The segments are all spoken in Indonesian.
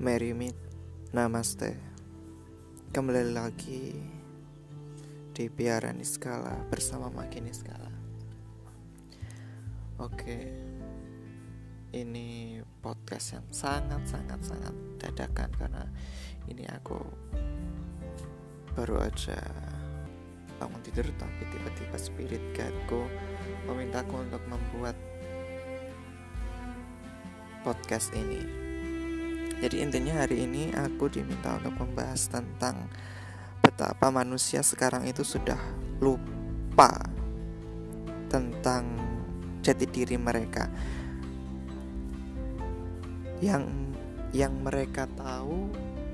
Mary Meet, Namaste. Kembali lagi di Piara Niskala bersama Maki Niskala. Oke, ini podcast yang sangat dadakan karena ini aku baru aja bangun tidur, tapi tiba-tiba spirit guideku memintaku untuk membuat podcast ini. Jadi intinya hari ini aku diminta untuk membahas tentang betapa manusia sekarang itu sudah lupa tentang jati diri mereka. Yang mereka tahu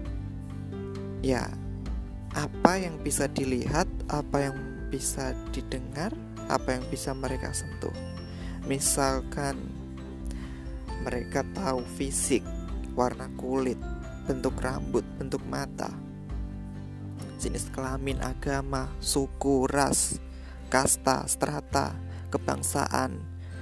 ya apa yang bisa dilihat, apa yang bisa didengar, apa yang bisa mereka sentuh. Misalkan mereka tahu fisik, warna kulit, bentuk rambut, bentuk mata, jenis kelamin, agama, suku, ras, kasta, strata, kebangsaan.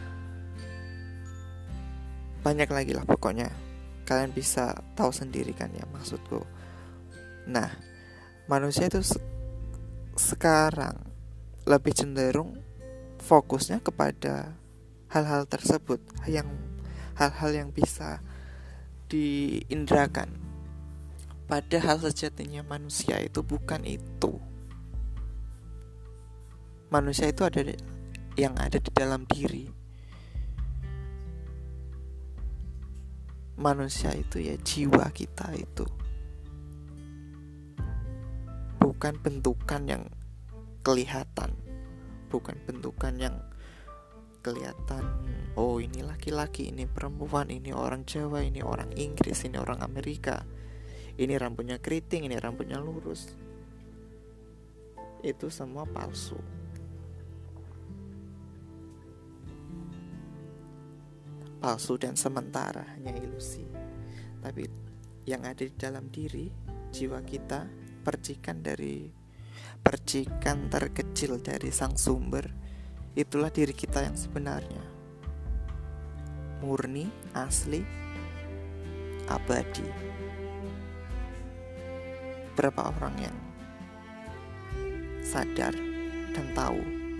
Banyak lagi lah pokoknya. Kalian bisa tahu sendiri kan ya maksudku. Nah, manusia itu sekarang lebih cenderung fokusnya kepada hal-hal tersebut, hal-hal yang bisa diindrakan. Padahal sejatinya manusia itu bukan itu. Manusia itu ada yang ada di dalam diri. Manusia itu ya jiwa kita itu. Bukan bentukan yang kelihatan. Bukan bentukan yang kelihatan, oh ini laki-laki, ini perempuan, ini orang Jawa, ini orang Inggris, ini orang Amerika, ini rambutnya keriting, ini rambutnya lurus. Itu semua palsu. Palsu dan sementara, hanya ilusi. Tapi yang ada di dalam diri, jiwa kita, percikan terkecil dari sang sumber, itulah diri kita yang sebenarnya, murni, asli, abadi. Berapa orang yang sadar dan tahu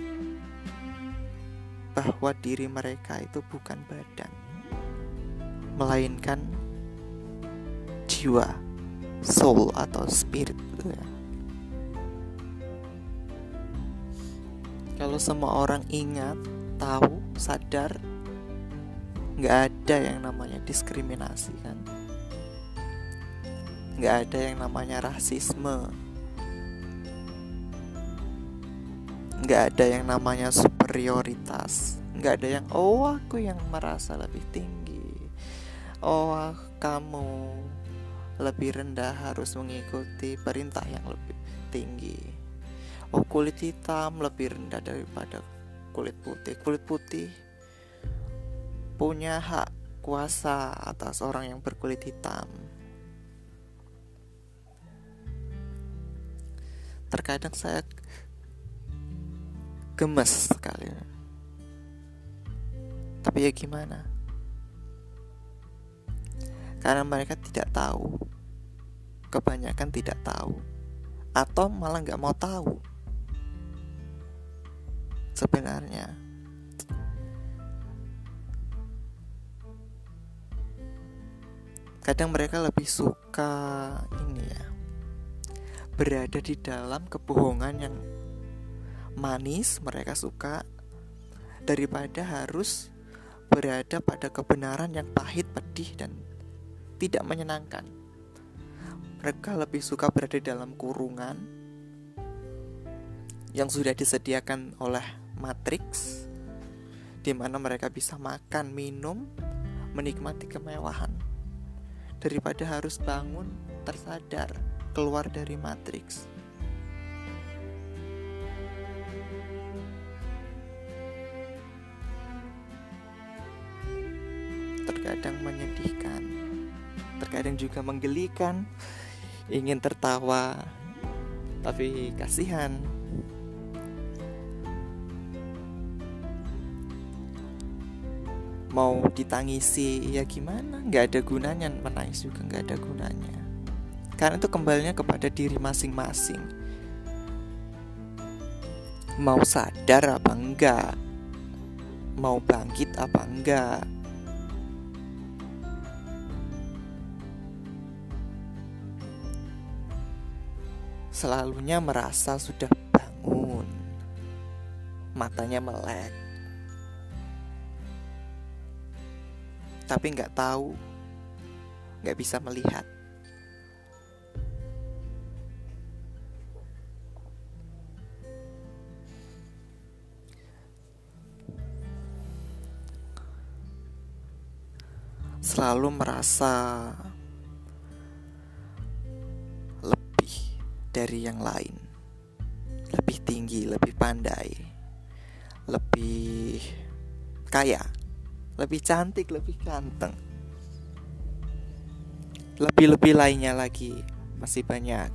bahwa diri mereka itu bukan badan, melainkan jiwa, soul atau spirit gitu ya. Kalau semua orang ingat, tahu, sadar, gak ada yang namanya diskriminasi kan. Gak ada yang namanya rasisme. Gak ada yang namanya superioritas. Gak ada yang, oh aku yang merasa lebih tinggi, oh kamu lebih rendah harus mengikuti perintah yang lebih tinggi. Oh kulit hitam lebih rendah daripada kulit putih. Kulit putih punya hak kuasa atas orang yang berkulit hitam. Terkadang saya gemes sekali. Tapi ya gimana? Karena mereka tidak tahu. Kebanyakan tidak tahu. Atau malah gak mau tahu. Sebenarnya kadang mereka lebih suka berada di dalam kebohongan yang manis. Mereka suka daripada harus berada pada kebenaran yang pahit, pedih, dan tidak menyenangkan. Mereka lebih suka berada di dalam kurungan yang sudah disediakan oleh Matrix, di mana mereka bisa makan, minum, menikmati kemewahan, daripada harus bangun tersadar keluar dari Matrix. Terkadang menyedihkan, terkadang juga menggelikan, ingin tertawa, tapi kasihan. mau ditangisi ya gimana, nggak ada gunanya, menangis juga nggak ada gunanya, karena itu kembalinya kepada diri masing-masing, mau sadar apa enggak, mau bangkit apa enggak. Selalunya merasa sudah bangun, matanya melek, tapi nggak tahu, nggak bisa melihat. Selalu merasa lebih dari yang lain, lebih tinggi, lebih pandai, lebih kaya, lebih cantik, lebih ganteng, lebih-lebih lainnya lagi masih banyak.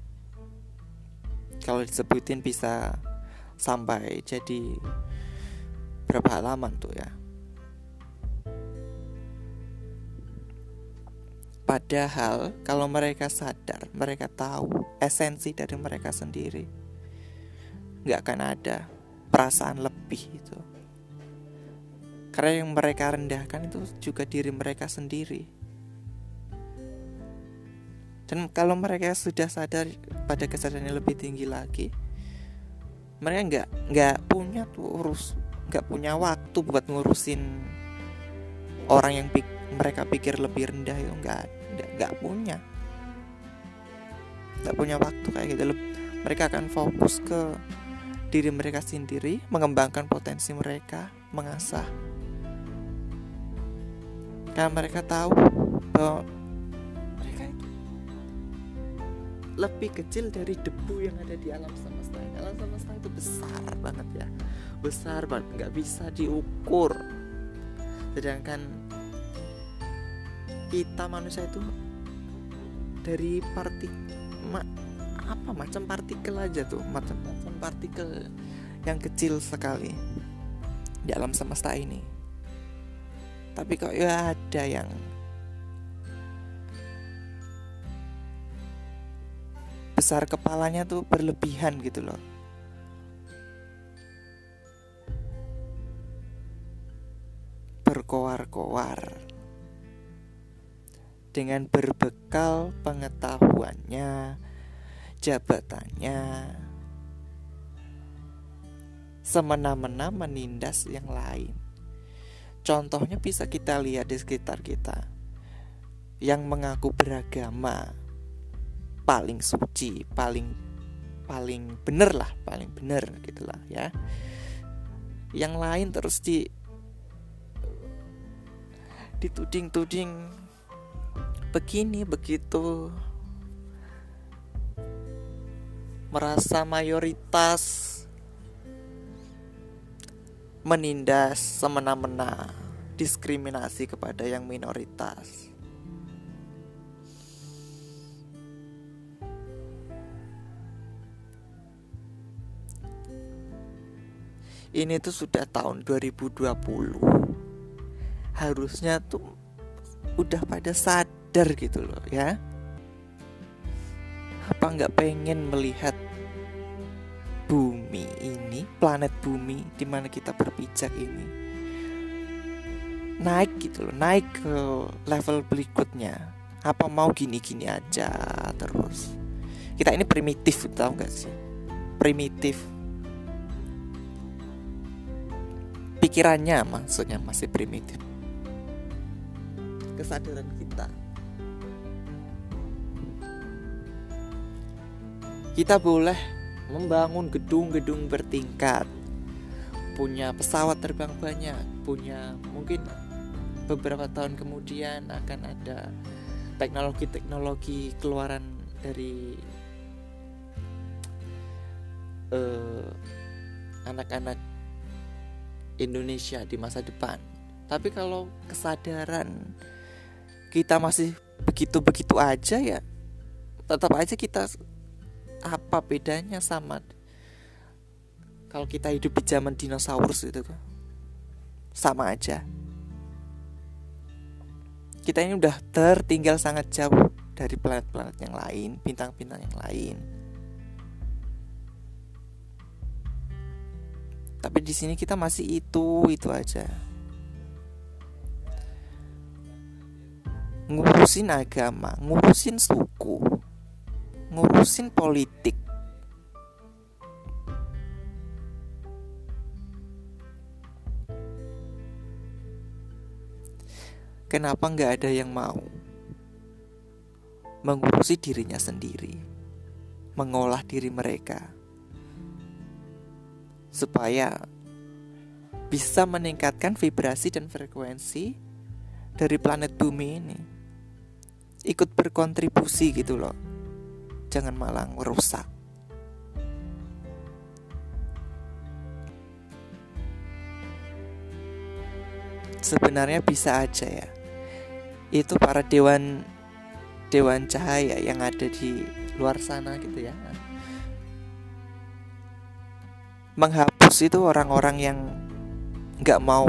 Kalau disebutin bisa sampai jadi berapa halaman tuh ya. Padahal kalau mereka sadar, mereka tahu esensi dari mereka sendiri, gak akan ada perasaan lebih itu. Karena yang mereka rendahkan itu juga diri mereka sendiri. Dan kalau mereka sudah sadar pada kesadaran yang lebih tinggi lagi, mereka nggak punya waktu buat ngurusin orang yang mereka pikir lebih rendah itu, nggak punya waktu kayak gitu. Mereka akan fokus ke diri mereka sendiri, mengembangkan potensi mereka, mengasah. Karena mereka tahu bahwa mereka itu lebih kecil dari debu yang ada di alam semesta. Alam semesta itu besar banget ya, besar banget, nggak bisa diukur. Sedangkan kita manusia itu dari macam partikel aja tuh, macam partikel yang kecil sekali di alam semesta ini. Tapi kok ya ada yang besar kepalanya tuh berlebihan gitu loh. Berkoar-koar dengan berbekal pengetahuannya, jabatannya, semena-mena menindas yang lain. Contohnya bisa kita lihat di sekitar kita, yang mengaku beragama paling suci, paling bener lah, paling bener gitulah ya. Yang lain terus dituding begini begitu, merasa mayoritas, menindas semena-mena, diskriminasi kepada yang minoritas. Ini tuh sudah tahun 2020. Harusnya tuh udah pada sadar gitu loh ya. Apa gak pengen melihat bumi ini, planet bumi di mana kita berpijak ini naik gitu loh, naik ke level berikutnya. Apa mau gini-gini aja terus? Kita ini primitif, tahu gak sih? Primitif. Pikirannya maksudnya masih primitif. Kesadaran kita boleh membangun gedung-gedung bertingkat, punya pesawat terbang banyak, punya mungkin beberapa tahun kemudian akan ada teknologi keluaran dari anak-anak Indonesia di masa depan. Tapi kalau kesadaran kita masih begitu-begitu aja ya, tetap aja kita, apa bedanya sama kalau kita hidup di zaman dinosaurus itu tuh? Sama aja. Kita ini udah tertinggal sangat jauh dari planet-planet yang lain, bintang-bintang yang lain. Tapi di sini kita masih itu aja. Ngurusin agama, ngurusin suku, ngurusin politik. Kenapa nggak ada yang mau mengurusi dirinya sendiri, mengolah diri mereka, supaya bisa meningkatkan vibrasi dan frekuensi dari planet bumi ini, ikut berkontribusi gitu loh. Jangan malah merusak. Sebenarnya bisa aja ya, itu para dewan cahaya yang ada di luar sana gitu ya, menghapus itu orang-orang yang gak mau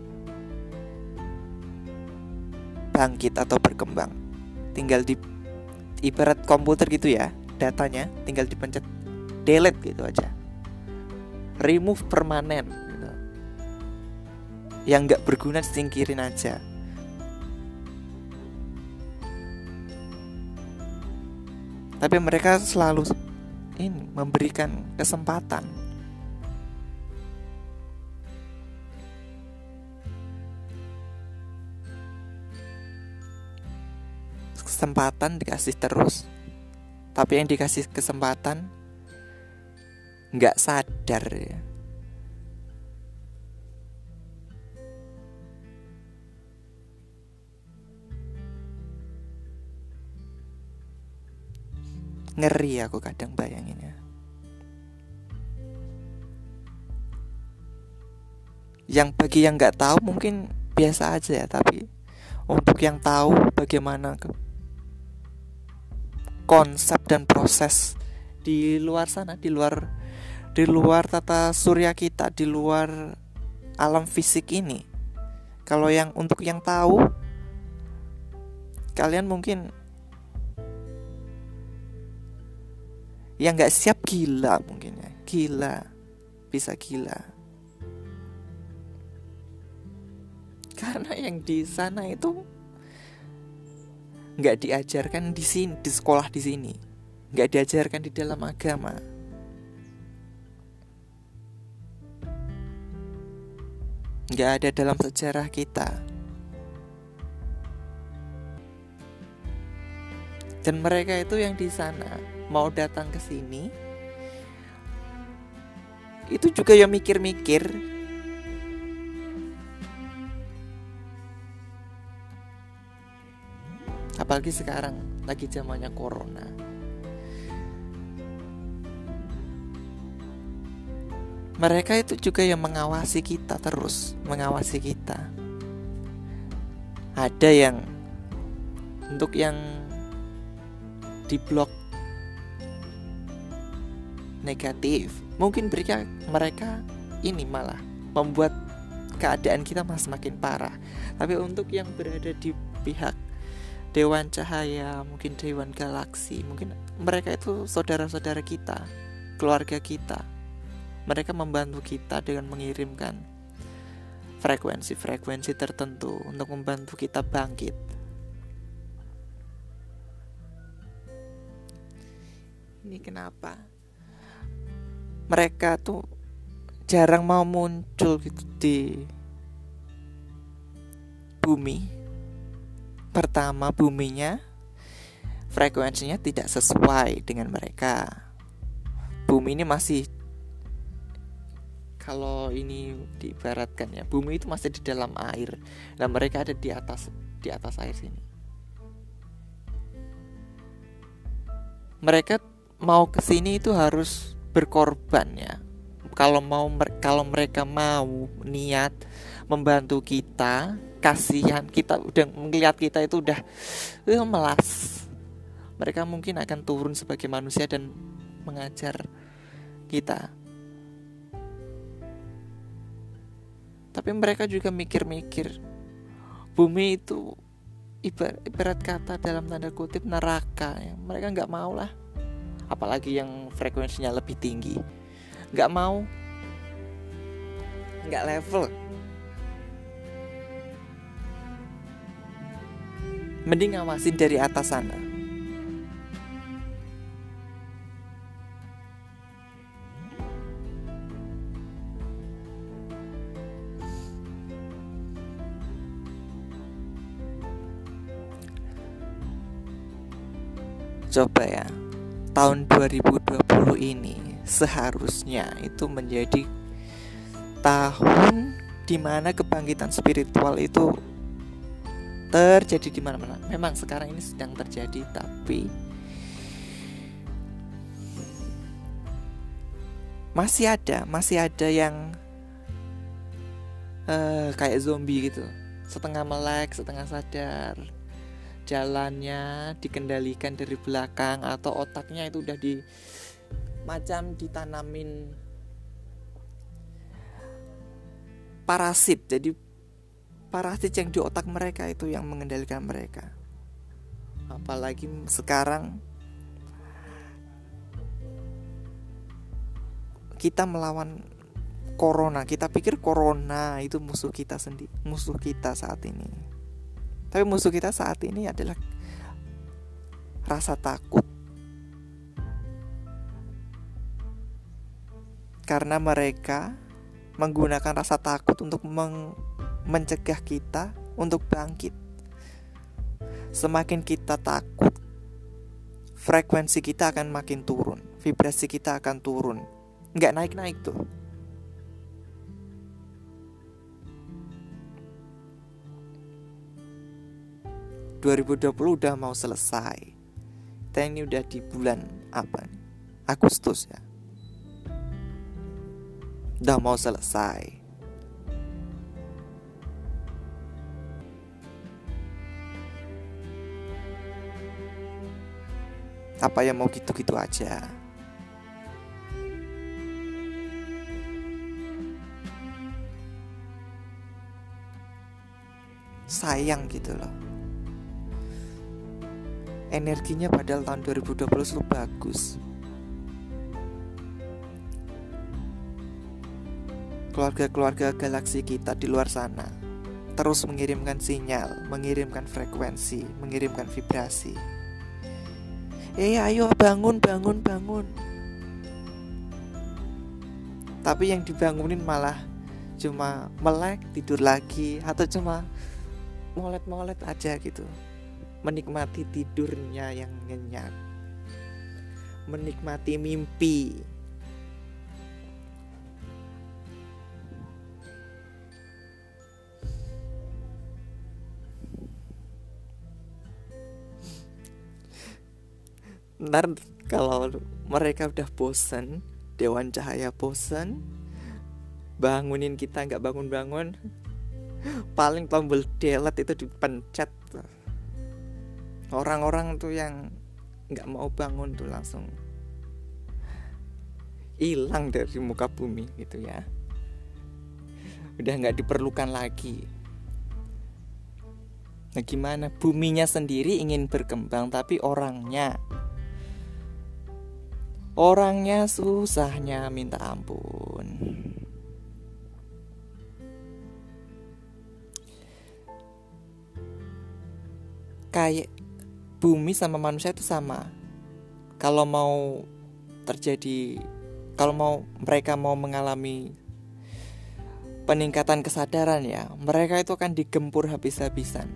bangkit atau berkembang. Tinggal di ibarat komputer gitu ya, datanya tinggal dipencet delete gitu aja, remove permanen gitu. Yang gak berguna disingkirin aja. Tapi mereka selalu ini memberikan kesempatan. Kesempatan dikasih terus, tapi yang dikasih kesempatan nggak sadar ya. Ngeri aku kadang bayanginnya. Yang bagi yang nggak tahu mungkin biasa aja ya, tapi untuk yang tahu bagaimana konsep dan proses di luar sana, di luar tata surya kita, di luar alam fisik ini. Kalau untuk yang tahu, kalian mungkin yang nggak siap gila mungkin ya, bisa gila. Karena yang di sana itu nggak diajarkan di sini, di sekolah di sini, nggak diajarkan di dalam agama. Nggak ada dalam sejarah kita. Dan mereka itu yang di sana mau datang ke sini, itu juga ya mikir-mikir. Apalagi sekarang lagi zamannya corona. Mereka itu juga yang mengawasi kita terus, mengawasi kita. Ada yang untuk yang di blog negatif, mungkin mereka ini malah membuat keadaan kita semakin parah. Tapi untuk yang berada di pihak Dewan Cahaya, mungkin Dewan Galaksi, mungkin mereka itu saudara-saudara kita, keluarga kita. Mereka membantu kita dengan mengirimkan frekuensi-frekuensi tertentu untuk membantu kita bangkit. Ini kenapa mereka tuh jarang mau muncul gitu di bumi. Pertama, buminya frekuensinya tidak sesuai dengan mereka. Bumi ini masih, kalau ini diibaratkan ya, bumi itu masih di dalam air, dan mereka ada di atas air sini. Mereka mau kesini itu harus berkorban ya. Kalau mereka mau niat membantu kita, kasihan, kita udah melihat kita itu udah melas. Mereka mungkin akan turun sebagai manusia dan mengajar kita. Tapi mereka juga mikir-mikir, bumi itu ibarat kata dalam tanda kutip neraka ya. Mereka nggak mau lah, apalagi yang frekuensinya lebih tinggi, nggak mau, nggak level. Mending ngawasin dari atas sana. Coba ya, tahun 2020 ini seharusnya itu menjadi tahun dimana kebangkitan spiritual itu terjadi di mana-mana. Memang sekarang ini sedang terjadi, tapi masih ada yang kayak zombie gitu, setengah melek, setengah sadar. Jalannya dikendalikan dari belakang, atau otaknya itu udah macam ditanamin parasit. Jadi parasit yang di otak mereka itu yang mengendalikan mereka. Apalagi sekarang kita melawan corona. Kita pikir corona itu musuh kita sendiri, musuh kita saat ini. Tapi musuh kita saat ini adalah rasa takut. Karena mereka menggunakan rasa takut untuk mencegah kita untuk bangkit. Semakin kita takut, frekuensi kita akan makin turun, vibrasi kita akan turun. Nggak naik-naik tuh. ...2020 udah mau selesai. Kita ini udah di bulan apa nih? Agustus ya. Udah mau selesai. Apa yang mau gitu-gitu aja. Sayang gitu loh. Energinya padahal tahun 2020 selalu bagus. Keluarga-keluarga galaksi kita di luar sana terus mengirimkan sinyal, mengirimkan frekuensi, mengirimkan vibrasi. Ayo bangun. Tapi yang dibangunin malah cuma melek, tidur lagi, atau cuma molet-molet aja gitu. Menikmati tidurnya yang nyenyak, menikmati mimpi. Ntar kalau mereka udah bosen, Dewan Cahaya bosen, bangunin kita gak bangun-bangun, paling tombol delete itu dipencet. Orang-orang tuh yang gak mau bangun tuh langsung hilang dari muka bumi gitu ya. Udah gak diperlukan lagi. Nah gimana? Buminya sendiri ingin berkembang, tapi orangnya susahnya minta ampun. Kayak bumi sama manusia itu sama. Kalau mau mereka mau mengalami peningkatan kesadaran ya, mereka itu akan digempur habis-habisan.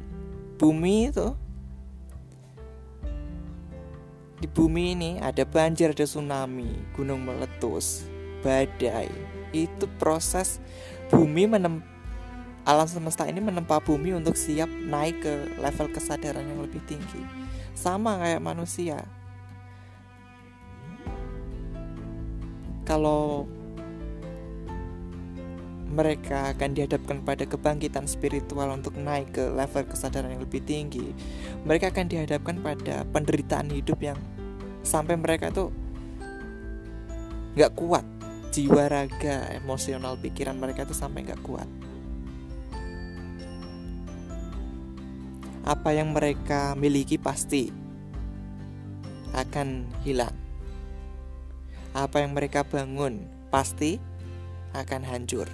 Di bumi ini ada banjir, ada tsunami, gunung meletus, badai. Itu proses bumi alam semesta ini menempa bumi untuk siap naik ke level kesadaran yang lebih tinggi. Sama kayak manusia. Kalau mereka akan dihadapkan pada kebangkitan spiritual untuk naik ke level kesadaran yang lebih tinggi, mereka akan dihadapkan pada penderitaan hidup yang sampai mereka tuh gak kuat. Jiwa, raga, emosional, pikiran mereka tuh sampai gak kuat. Apa yang mereka miliki pasti akan hilang. Apa yang mereka bangun pasti akan hancur.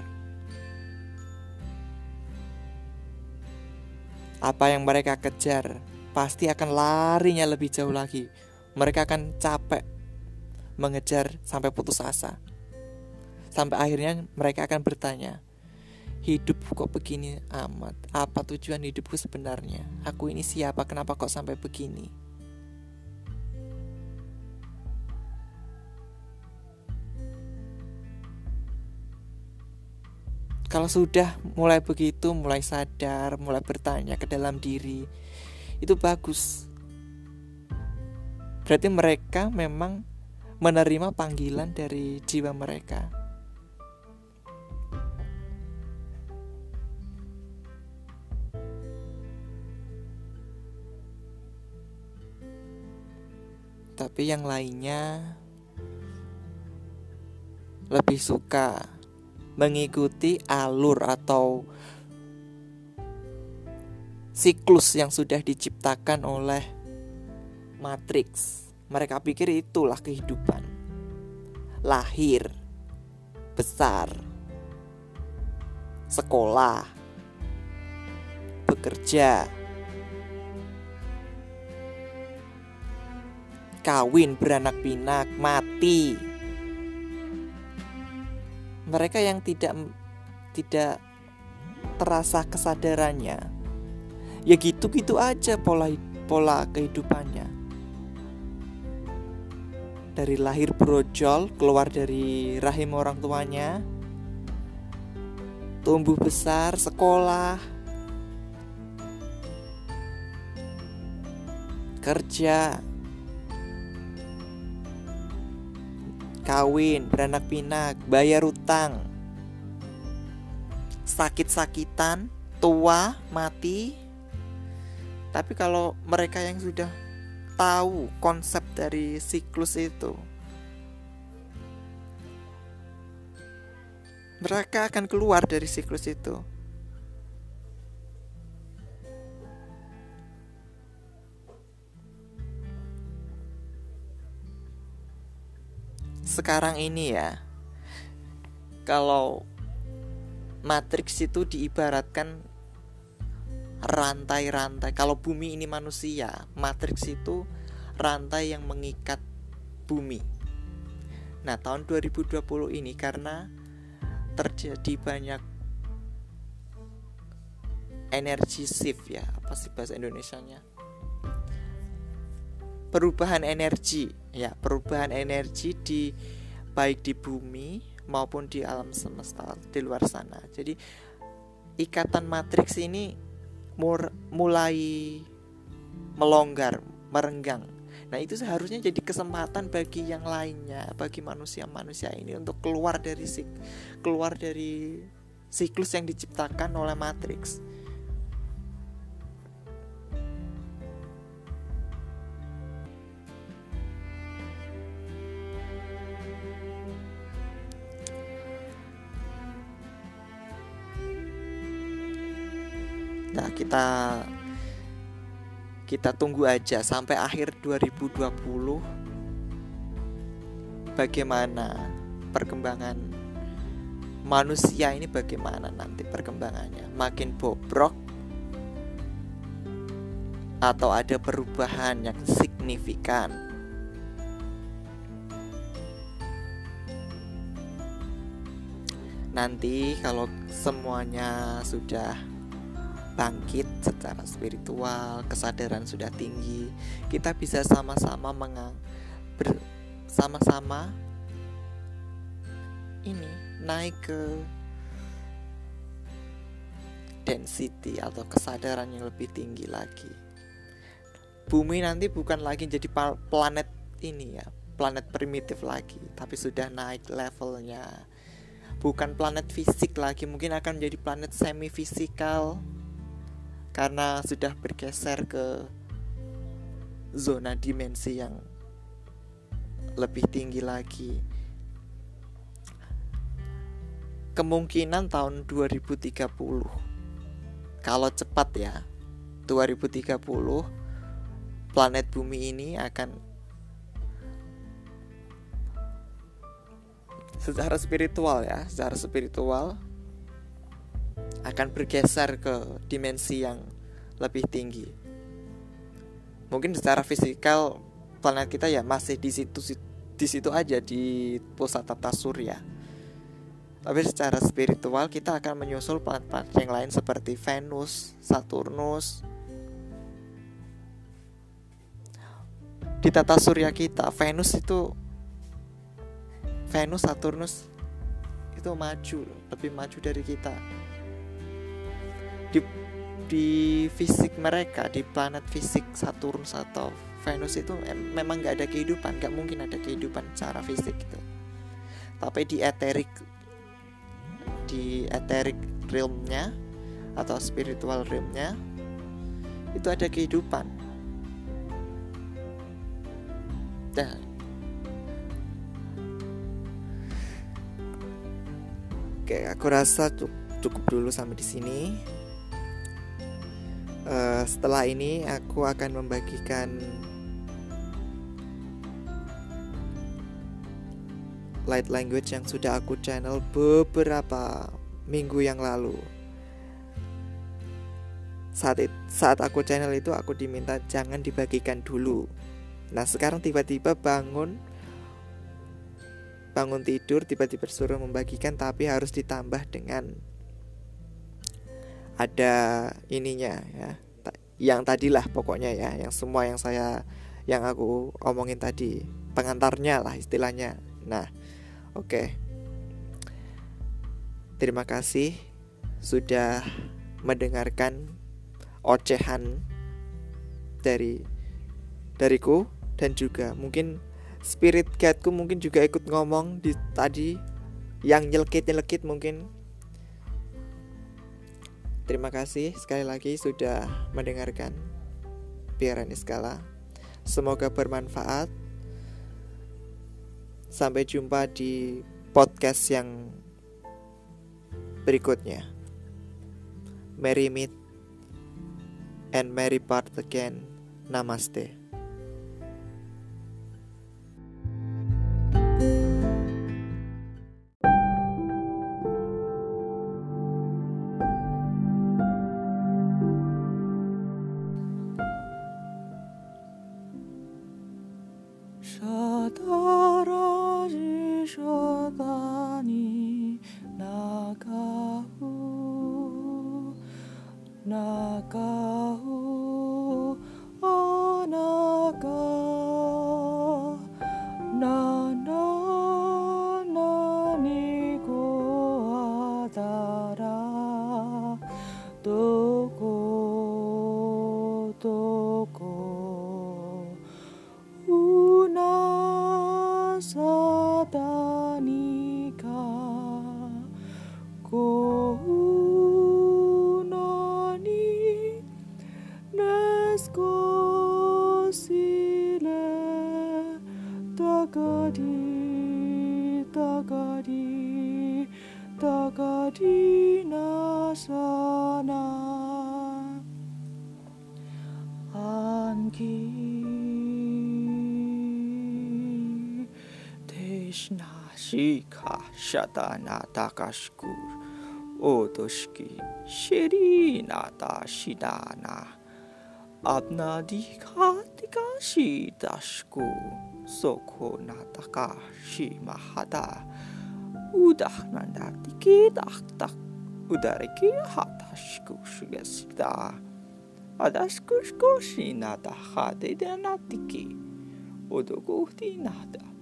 Apa yang mereka kejar pasti akan larinya lebih jauh lagi. Mereka akan capek mengejar sampai putus asa. Sampai akhirnya mereka akan bertanya, hidup kok begini amat? Apa tujuan hidupku sebenarnya? Aku ini siapa? Kenapa kok sampai begini? Kalau sudah mulai begitu, mulai sadar, mulai bertanya ke dalam diri, itu bagus. Berarti mereka memang menerima panggilan dari jiwa mereka. Tapi yang lainnya lebih suka mengikuti alur atau siklus yang sudah diciptakan oleh Matrix. Mereka pikir itulah kehidupan. Lahir, besar, sekolah, bekerja, kawin, beranak pinak, mati. Mereka yang tidak terasa kesadarannya, ya gitu-gitu aja pola kehidupannya. Dari lahir brojol, keluar dari rahim orang tuanya, tumbuh besar, sekolah, kerja, kawin, beranak pinak, bayar utang, sakit-sakitan, tua, mati. Tapi kalau mereka yang sudah tahu konsep dari siklus itu, mereka akan keluar dari siklus itu. Sekarang ini ya, kalau Matrix itu diibaratkan rantai-rantai. Kalau bumi ini manusia, Matrix itu rantai yang mengikat bumi. Nah, tahun 2020 ini karena terjadi banyak energy shift ya, apa sih bahasa Indonesianya? Perubahan energi di baik di bumi maupun di alam semesta di luar sana. Jadi ikatan matriks ini mulai melonggar, merenggang. Nah, itu seharusnya jadi kesempatan bagi yang lainnya, bagi manusia-manusia ini untuk keluar dari siklus yang diciptakan oleh matriks. Nah, kita tunggu aja sampai akhir 2020 bagaimana perkembangan manusia ini, bagaimana nanti perkembangannya, makin bobrok atau ada perubahan yang signifikan. Nanti kalau semuanya sudah bangkit secara spiritual, kesadaran sudah tinggi, kita bisa sama-sama bersama-sama ini naik ke density atau kesadaran yang lebih tinggi lagi. Bumi nanti bukan lagi jadi planet ini ya, planet primitif lagi, tapi sudah naik levelnya. Bukan planet fisik lagi, mungkin akan menjadi planet semi fisikal karena sudah bergeser ke zona dimensi yang lebih tinggi lagi. Kemungkinan tahun 2030, kalau cepat ya, 2030 planet bumi ini akan secara spiritual akan bergeser ke dimensi yang lebih tinggi. Mungkin secara fisikal planet kita ya masih di situ aja, di pusat tata surya. Tapi secara spiritual kita akan menyusul planet-planet yang lain seperti Venus, Saturnus. Di tata surya kita, Venus, Saturnus itu lebih maju dari kita. Di fisik mereka, di planet fisik Saturnus atau Venus itu memang gak ada kehidupan, gak mungkin ada kehidupan secara fisik gitu. Tapi di etheric realm-nya atau spiritual realm-nya itu ada kehidupan. Nah, oke, aku rasa cukup dulu sampai di sini. Setelah ini aku akan membagikan light language yang sudah aku channel beberapa minggu yang lalu. Saat aku channel itu aku diminta jangan dibagikan dulu. Nah sekarang tiba-tiba bangun tidur, tiba-tiba suruh membagikan, tapi harus ditambah dengan ada ininya ya, yang tadilah pokoknya ya, yang aku omongin tadi, pengantarnya lah istilahnya. Nah, oke. Terima kasih sudah mendengarkan ocehan dariku, dan juga mungkin spirit guide-ku mungkin juga ikut ngomong di tadi yang nyelekit mungkin. Terima kasih sekali lagi sudah mendengarkan Biaran Iskala. Semoga bermanfaat. Sampai jumpa di podcast yang berikutnya. Merry meet and merry part again. Namaste. Shika Shatana Takashkur Otoshki Shirina Tashidana Abnadika Tikashi Dashku Soko Natakashi Mahada Udahnanda Tiki Tak Udariki Hatashku Shugasida Adashkushko Shinata Hade Danatiki Odoguti Nada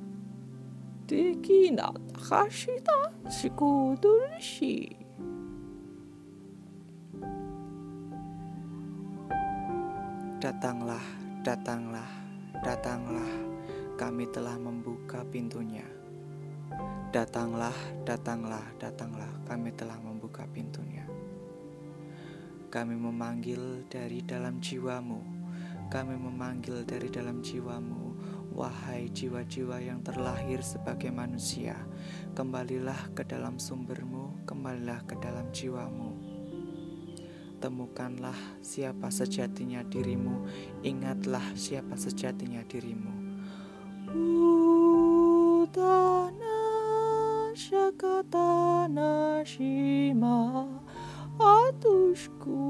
Dekina Takashita Shikudushi. Datanglah, kami telah membuka pintunya. Datanglah, kami telah membuka pintunya. Kami memanggil dari dalam jiwamu, wahai jiwa-jiwa yang terlahir sebagai manusia, kembalilah ke dalam sumbermu, kembalilah ke dalam jiwamu. Temukanlah siapa sejatinya dirimu. Ingatlah siapa sejatinya dirimu. Utana shakatana shima atushku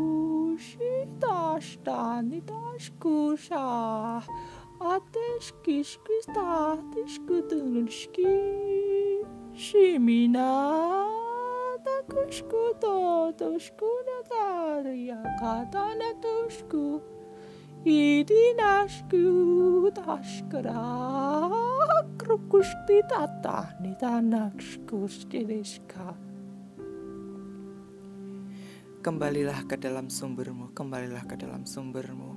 shitashita nitashku shah ateshkishkista tishkutunishki shimina takushku totoshku natariya katana tushku idinashku tashkara krukushti tata nitanakshku stiriska. Kembalilah ke dalam sumbermu, kembalilah ke dalam sumbermu.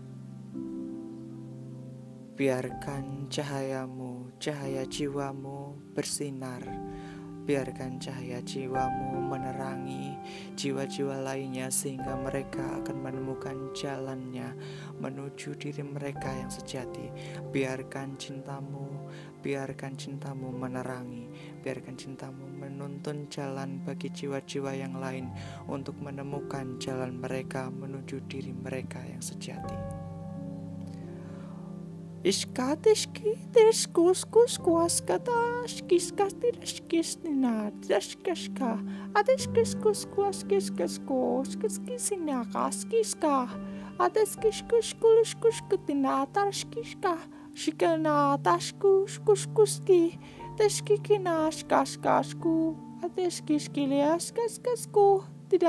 Biarkan cahayamu, cahaya jiwamu bersinar. Biarkan cahaya jiwamu menerangi jiwa-jiwa lainnya, sehingga mereka akan menemukan jalannya menuju diri mereka yang sejati. Biarkan cintamu menerangi. Biarkan cintamu menuntun jalan bagi jiwa-jiwa yang lain untuk menemukan jalan mereka menuju diri mereka yang sejati. Iskatishki tiskuskus kuaskatash kiskastiraskis ninatashkashka atishkiskus kuaskiskeskos kiskisinakaskiska atishkiskuskuluskuskutinatarskishka shikanatashkus kuskuski tashkikinashkaskasku atishkiskiliaskaskasku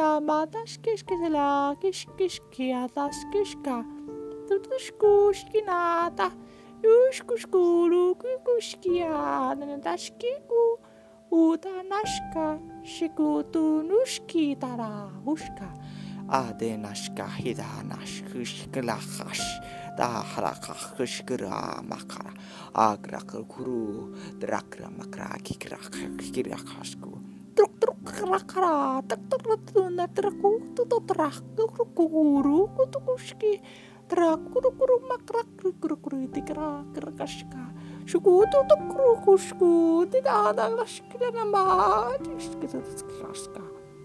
tidamataskishkisalakishkiskiataskishka tutushkushkinata yushkushkulu kukushkia nanatashkiku utanashka shikutunushki tarahushka adenashka hidanashkushkilahash daharakahushkira makara agrakuru drakra makra kirakashku truk rakara taktaratunatraku tutotrakuru kutukushki Trakuru makrak kuru tikra kerakashka shuku tutuk kurukushku tidak ada lashkira nama kita raska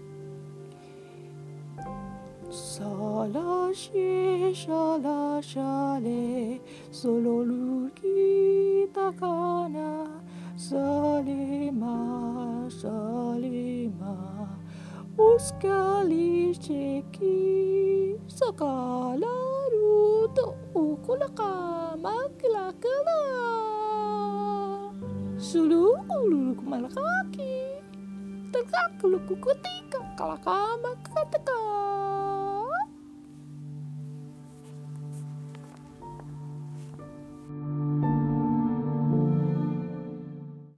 salashi shalashale sololuki takana salima uskali cheki sakala ruto ukulaka maklakala sulu uluk malakaki terkakuluku kutika kalakama kataka